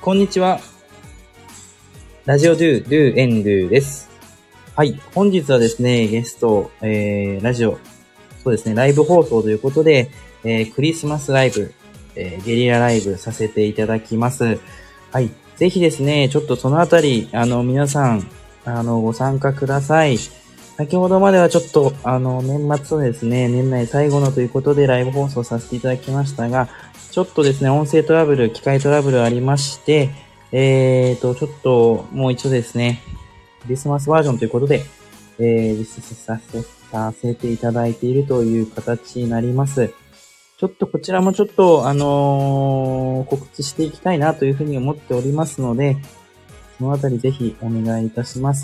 こんにちは。ラジオドゥエンドゥです。はい。本日はですね、ゲスト、ラジオ、そうですね、ライブ放送ということで、クリスマスライブ、ゲリラライブさせていただきます。はい。ぜひですね、ちょっとそのあたり、皆さん、ご参加ください。先ほどまではちょっと、年末ですね、年内最後のということでライブ放送させていただきましたが、ちょっとですね、音声トラブル、機械トラブルありまして、ちょっと、もう一度ですね、クリスマスバージョンということで、実施させていただいているという形になります。ちょっとこちらもちょっと、告知していきたいなというふうに思っておりますので、そのあたりぜひお願いいたします。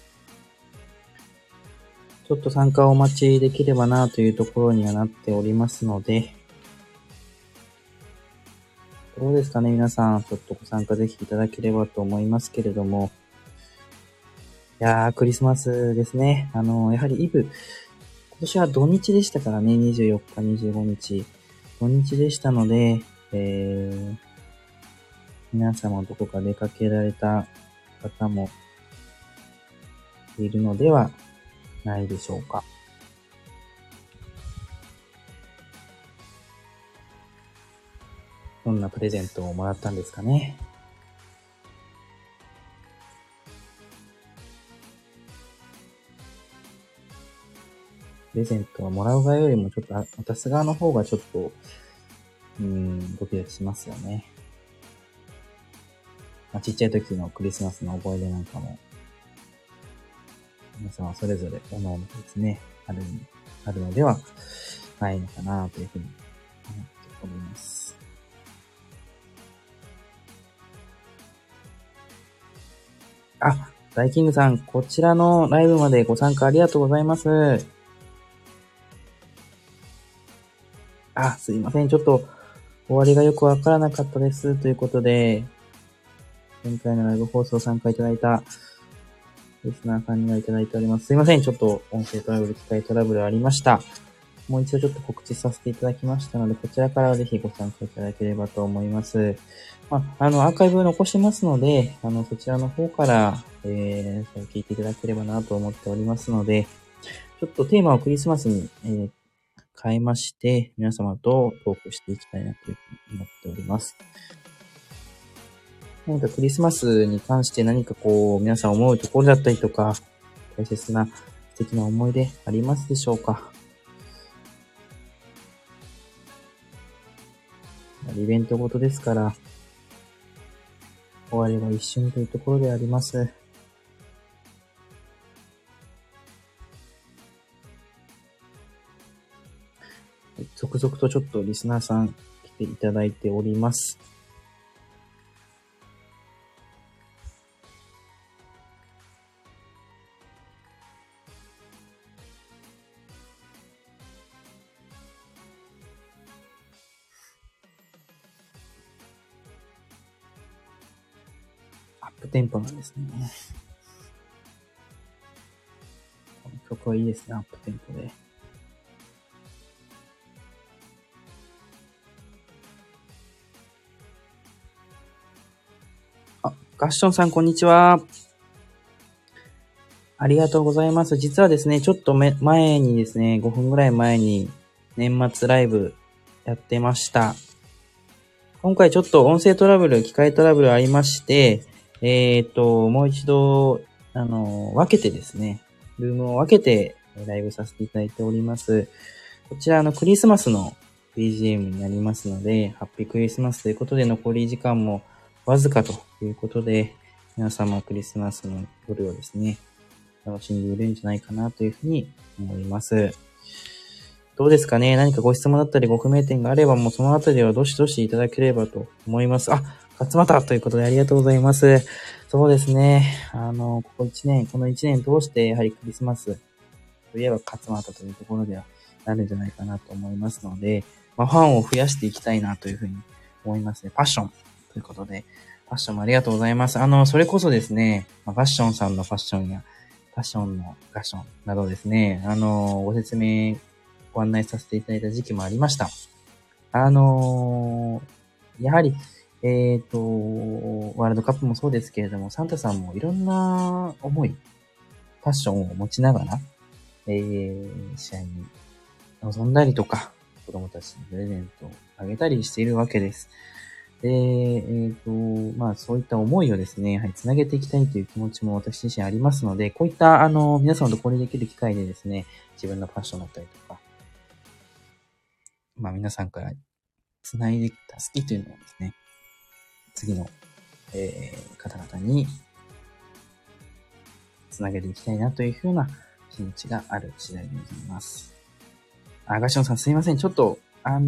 ちょっと参加をお待ちできればなというところにはなっておりますので、どうですかね、皆さん、ちょっとご参加ぜひいただければと思いますけれども、いやー、クリスマスですね。やはりイブ、今年は土日でしたからね、24日、25日。土日でしたので、皆様どこか出かけられた方もいるのではないでしょうか。どんなプレゼントをもらったんですかね。プレゼントはもらう側よりもちょっと渡す側の方がちょっと、ドキドキしますよね。ちっちゃい時のクリスマスの思い出なんかも、皆さんはそれぞれ各々ですね、あるのではないのかなというふうに思っております。ダイキングさん、こちらのライブまでご参加ありがとうございます。すいません。ちょっと終わりがよくわからなかったです。ということで、前回のライブ放送参加いただいたリスナーさんにはいただいております。すいません。ちょっと音声トラブル、機械トラブルありました。もう一度ちょっと告知させていただきましたので、こちらからはぜひご参加いただければと思います。アーカイブ残しますので、そちらの方から、聞いていただければなと思っておりますので、ちょっとテーマをクリスマスに、変えまして、皆様とトークしていきたいなというふうに思っております。何かクリスマスに関して何か皆さん思うところだったりとか、大切な素敵な思い出ありますでしょうか？イベントごとですから、終わりは一瞬というところであります。続々とちょっとリスナーさん来ていただいております。アップテンポなんですね。この曲はいいですね、アップテンポで。ガッションさんこんにちは。ありがとうございます。実はですね、ちょっと前にですね、5分ぐらい前に年末ライブやってました。今回ちょっと音声トラブル、機械トラブルありまして、もう一度、分けてですね、ルームを分けてライブさせていただいております。こちらクリスマスの BGM になりますので、ハッピークリスマスということで残り時間もわずかということで、皆様クリスマスの夜をですね、楽しんでいるんじゃないかなというふうに思います。どうですかね？何かご質問だったりご不明点があれば、もうそのあたりはどしどしいただければと思います。勝俣ということでありがとうございます。そうですね。この1年通して、やはりクリスマスといえば勝俣というところではなるんじゃないかなと思いますので、ファンを増やしていきたいなというふうに思いますね。パッションということで、ファッションもありがとうございます。それこそですね、ファッションさんのファッションや、ファッションのガッションなどですね、ご説明、ご案内させていただいた時期もありました。やはりワールドカップもそうですけれども、サンタさんもいろんな思い、パッションを持ちながら、試合に臨んだりとか、子供たちにプレゼントをあげたりしているわけです。で、そういった思いをですね、やはりつなげていきたいという気持ちも私自身ありますので、こういった、皆さんと交流できる機会でですね、自分のパッションだったりとか、皆さんからつないできた好きというのをですね、次の、方々につなげていきたいなというふうな気持ちがある次第でございます。ガションさんすいません。ちょっと、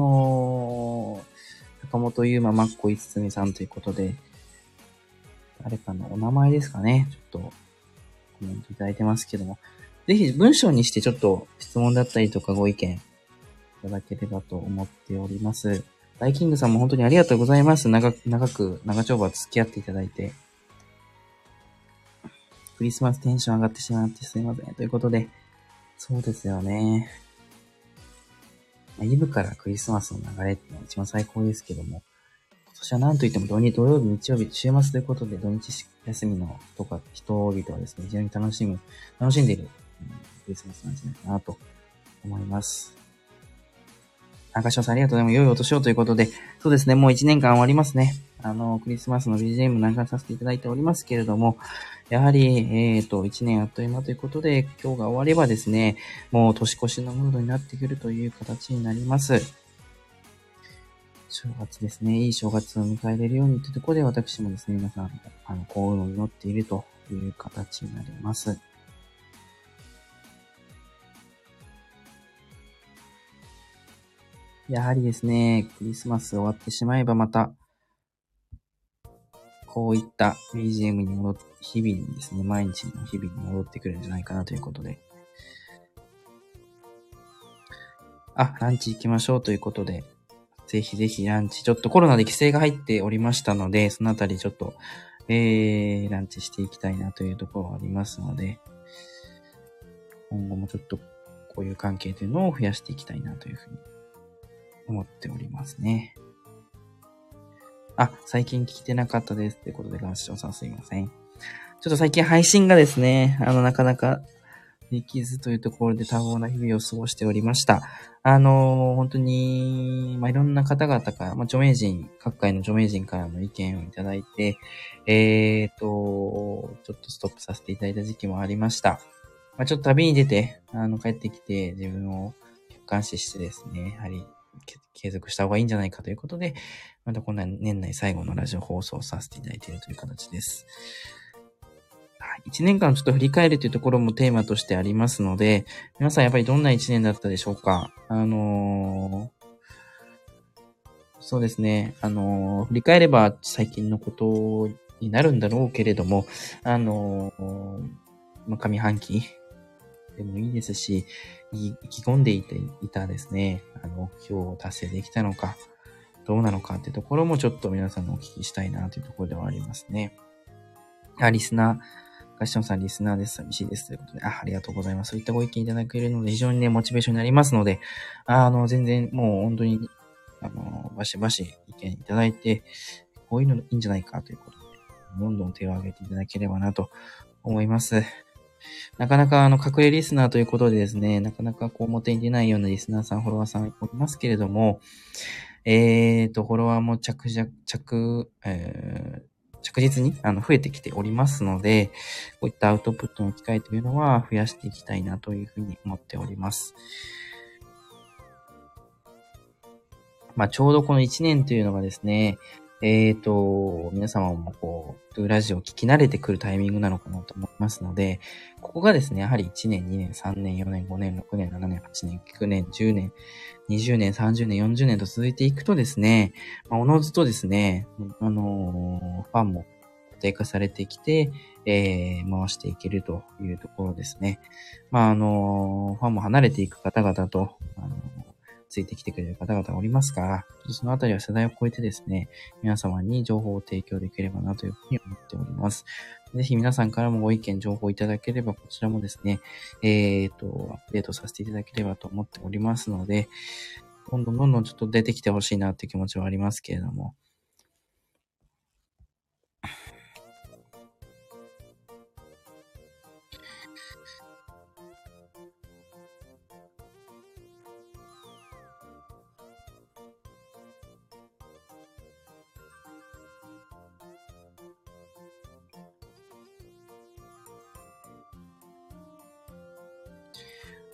坂本ゆうままっこいつつみさんということで、誰かのお名前ですかね。ちょっとコメントいただいてますけども、ぜひ文章にしてちょっと質問だったりとかご意見いただければと思っております。大キングさんも本当にありがとうございます。長丁場付き合っていただいて。クリスマステンション上がってしまってすいません。ということで、そうですよね。イブからクリスマスの流れっていうのが一番最高ですけども、今年は何といっても土曜日、日曜日、週末ということで土日休みの人々はですね、非常に楽しんでいる、クリスマスなんじゃないかなと思います。赤潮さんありがとうございます。良いお年をということで、そうですね、もう1年間終わりますね。クリスマスの BGM 流させていただいておりますけれども、やはり、1年あっという間ということで、今日が終わればですね、もう年越しのムードになってくるという形になります。正月ですね、いい正月を迎えれるようにというところで、私もですね、皆さん、幸運を祈っているという形になります。やはりですね、クリスマス終わってしまえばまた、こういった BGM に日々にですね、毎日の日々に戻ってくるんじゃないかなということで。ランチ行きましょうということで、ぜひぜひランチ、ちょっとコロナで規制が入っておりましたので、そのあたりちょっと、ランチしていきたいなというところはありますので、今後もちょっとこういう関係というのを増やしていきたいなというふうに思っておりますね。最近聞いてなかったですということで、ガンションさんすいません。ちょっと最近配信がですね、なかなかできずというところで多忙な日々を過ごしておりました。本当に、いろんな方々から、各界の著名人からの意見をいただいて、ちょっとストップさせていただいた時期もありました。ちょっと旅に出て、帰ってきて自分を客観視してですね、やはり継続した方がいいんじゃないかということで、またこんな年内最後のラジオ放送をさせていただいているという形です。1年間ちょっと振り返るというところもテーマとしてありますので、皆さんやっぱりどんな1年だったでしょうか。そうですね。振り返れば最近のことになるんだろうけれども、上半期でもいいですし、意気込んでいたですね、目標を達成できたのか、どうなのかっていうところもちょっと皆さんにお聞きしたいなというところではありますね。リスナー、ガションさんリスナーです。寂しいです。ということで、ありがとうございます。そういったご意見いただけるので、非常にね、モチベーションになりますので、全然もう本当に、バシバシ意見いただいて、こういうのいいんじゃないかということで、どんどん手を挙げていただければなと思います。なかなか隠れリスナーということでですね、なかなか表に出ないようなリスナーさん、フォロワーさんおりますけれども、フォロワーも着実に増えてきておりますので、こういったアウトプットの機会というのは増やしていきたいなというふうに思っております。ちょうどこの1年というのがですね、皆様もラジオを聞き慣れてくるタイミングなのかなと思いますので、ここがですね、やはり1年、2年、3年、4年、5年、6年、7年、8年、9年、10年、20年、30年、40年と続いていくとですね、おのずとですね、ファンも固定化されてきて、回していけるというところですね。ファンも離れていく方々と、ついてきてくれる方々おりますから、そのあたりは世代を超えてですね、皆様に情報を提供できればなというふうに思っております。ぜひ皆さんからもご意見、情報いただければ、こちらもですね、アップデートさせていただければと思っておりますので、どんどんちょっと出てきてほしいなっていう気持ちはありますけれども、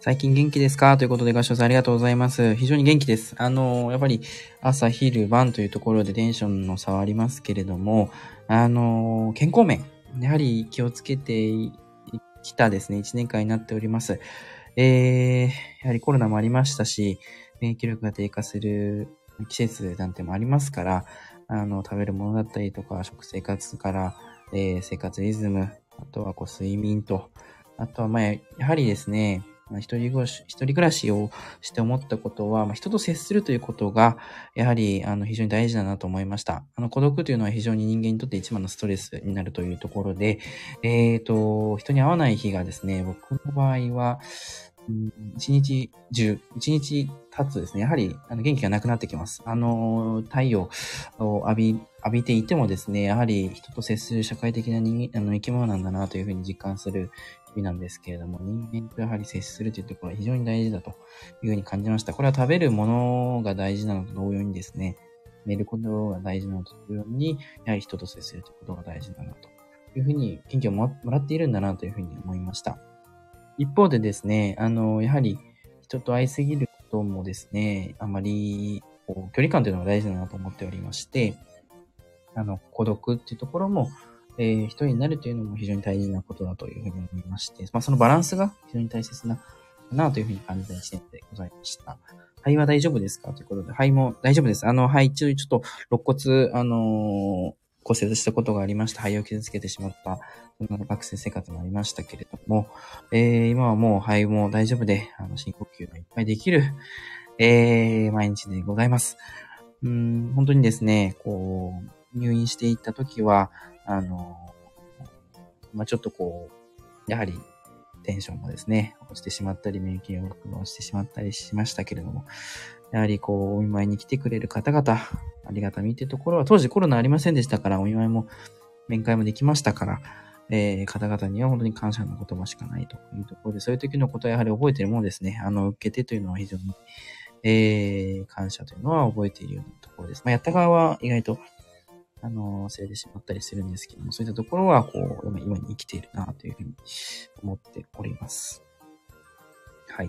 最近元気ですかということで、合唱さんありがとうございます。非常に元気です。やっぱり朝、昼、晩というところでテンションの差はありますけれども、健康面、やはり気をつけてきたですね、1年間になっております。やはりコロナもありましたし、免疫力が低下する季節なんてもありますから、食べるものだったりとか、食生活から、生活リズム、あとは睡眠と、あとはやはりですね、一人暮らしをして思ったことは、人と接するということが、やはり、非常に大事だなと思いました。孤独というのは非常に人間にとって一番のストレスになるというところで、人に会わない日がですね、僕の場合は、一日経つとですね、やはり元気がなくなってきます。太陽を浴びていてもですね、やはり人と接する社会的な生き物なんだなというふうに実感する日々なんですけれども、人間とやはり接するというところは非常に大事だというふうに感じました。これは食べるものが大事なのと同様にですね、寝ることが大事なのと同様に、やはり人と接するということが大事だなというふうに元気をもらっているんだなというふうに思いました。一方でですね、やはり人と会いすぎることもですね、あまり距離感というのが大事だなと思っておりまして、孤独っていうところも、一人になるというのも非常に大事なことだというふうに思いまして、そのバランスが非常に大切なというふうに感じた一年でございました。肺は大丈夫ですかということで、肺も大丈夫です。肺中ちょっと肋骨、骨折したことがありました。肺を傷つけてしまった、そんな学生生活もありましたけれども、今はもう肺も大丈夫で、深呼吸がいっぱいできる、毎日でございます。本当にですね、入院していった時は、ちょっとやはりテンションもですね、落ちてしまったり、免疫力が落ちてしまったりしましたけれども、やはりお見舞いに来てくれる方々、ありがたみっていうところは、当時コロナありませんでしたから、お見舞いも面会もできましたから、方々には本当に感謝の言葉しかないというところで、そういう時のことはやはり覚えているものですね。受け手というのは非常に、感謝というのは覚えているようなところです。やった側は意外と、忘れてしまったりするんですけども、そういったところは、今に生きているなというふうに思っております。はい。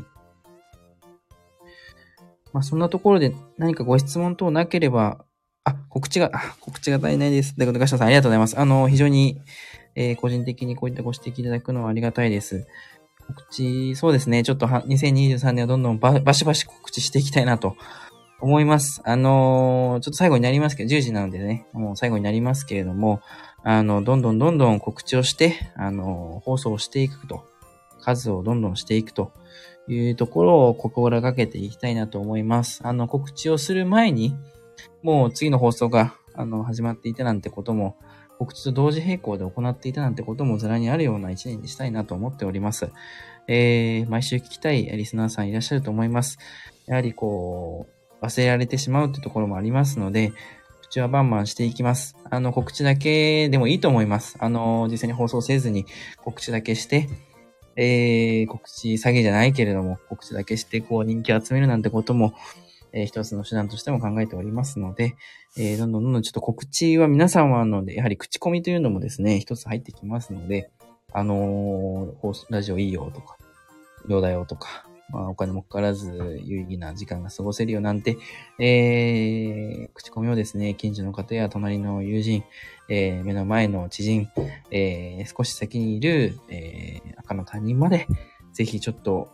そんなところで何かご質問等なければ、告知が足りないです。ということで、ガシャさんありがとうございます。非常に、個人的にこういったご指摘いただくのはありがたいです。告知、そうですね。ちょっと2023年はどんどんバシバシ告知していきたいなと思います。ちょっと最後になりますけど、10時なのでね、もう最後になりますけれども、どんどん告知をして、放送していくと、数をどんどんしていくというところを心がけていきたいなと思います。告知をする前に、もう次の放送が、始まっていたなんてことも、告知と同時並行で行っていたなんてこともざらにあるような一年にしたいなと思っております。毎週聞きたいリスナーさんいらっしゃると思います。やはり忘れられてしまうってところもありますので、告知はバンバンしていきます。告知だけでもいいと思います。実際に放送せずに告知だけして、告知詐欺じゃないけれども、告知だけして人気を集めるなんてことも、一つの手段としても考えておりますので、どんどんちょっと告知は皆さんはやはり口コミというのもですね、一つ入ってきますので、ラジオいいよとか、どうだよとか、お金もかからず有意義な時間が過ごせるよなんて、口コミをですね、近所の方や隣の友人、目の前の知人、少し先にいる、赤の他人まで、ぜひちょっと、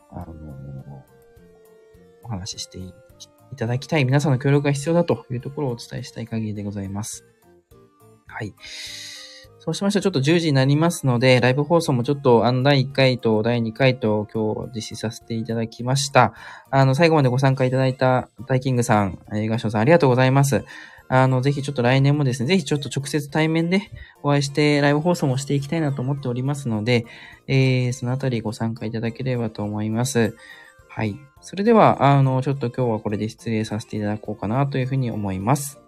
お話ししていただきたい。皆さんの協力が必要だというところをお伝えしたい限りでございます。はい。そうしましたらちょっと10時になりますので、ライブ放送もちょっと第1回と第2回と今日実施させていただきました。最後までご参加いただいたダイキングさん、ガショウさんありがとうございます。ぜひちょっと来年もですね、ぜひちょっと直接対面でお会いしてライブ放送もしていきたいなと思っておりますので、そのあたりご参加いただければと思います。はい。それでは、ちょっと今日はこれで失礼させていただこうかなというふうに思います。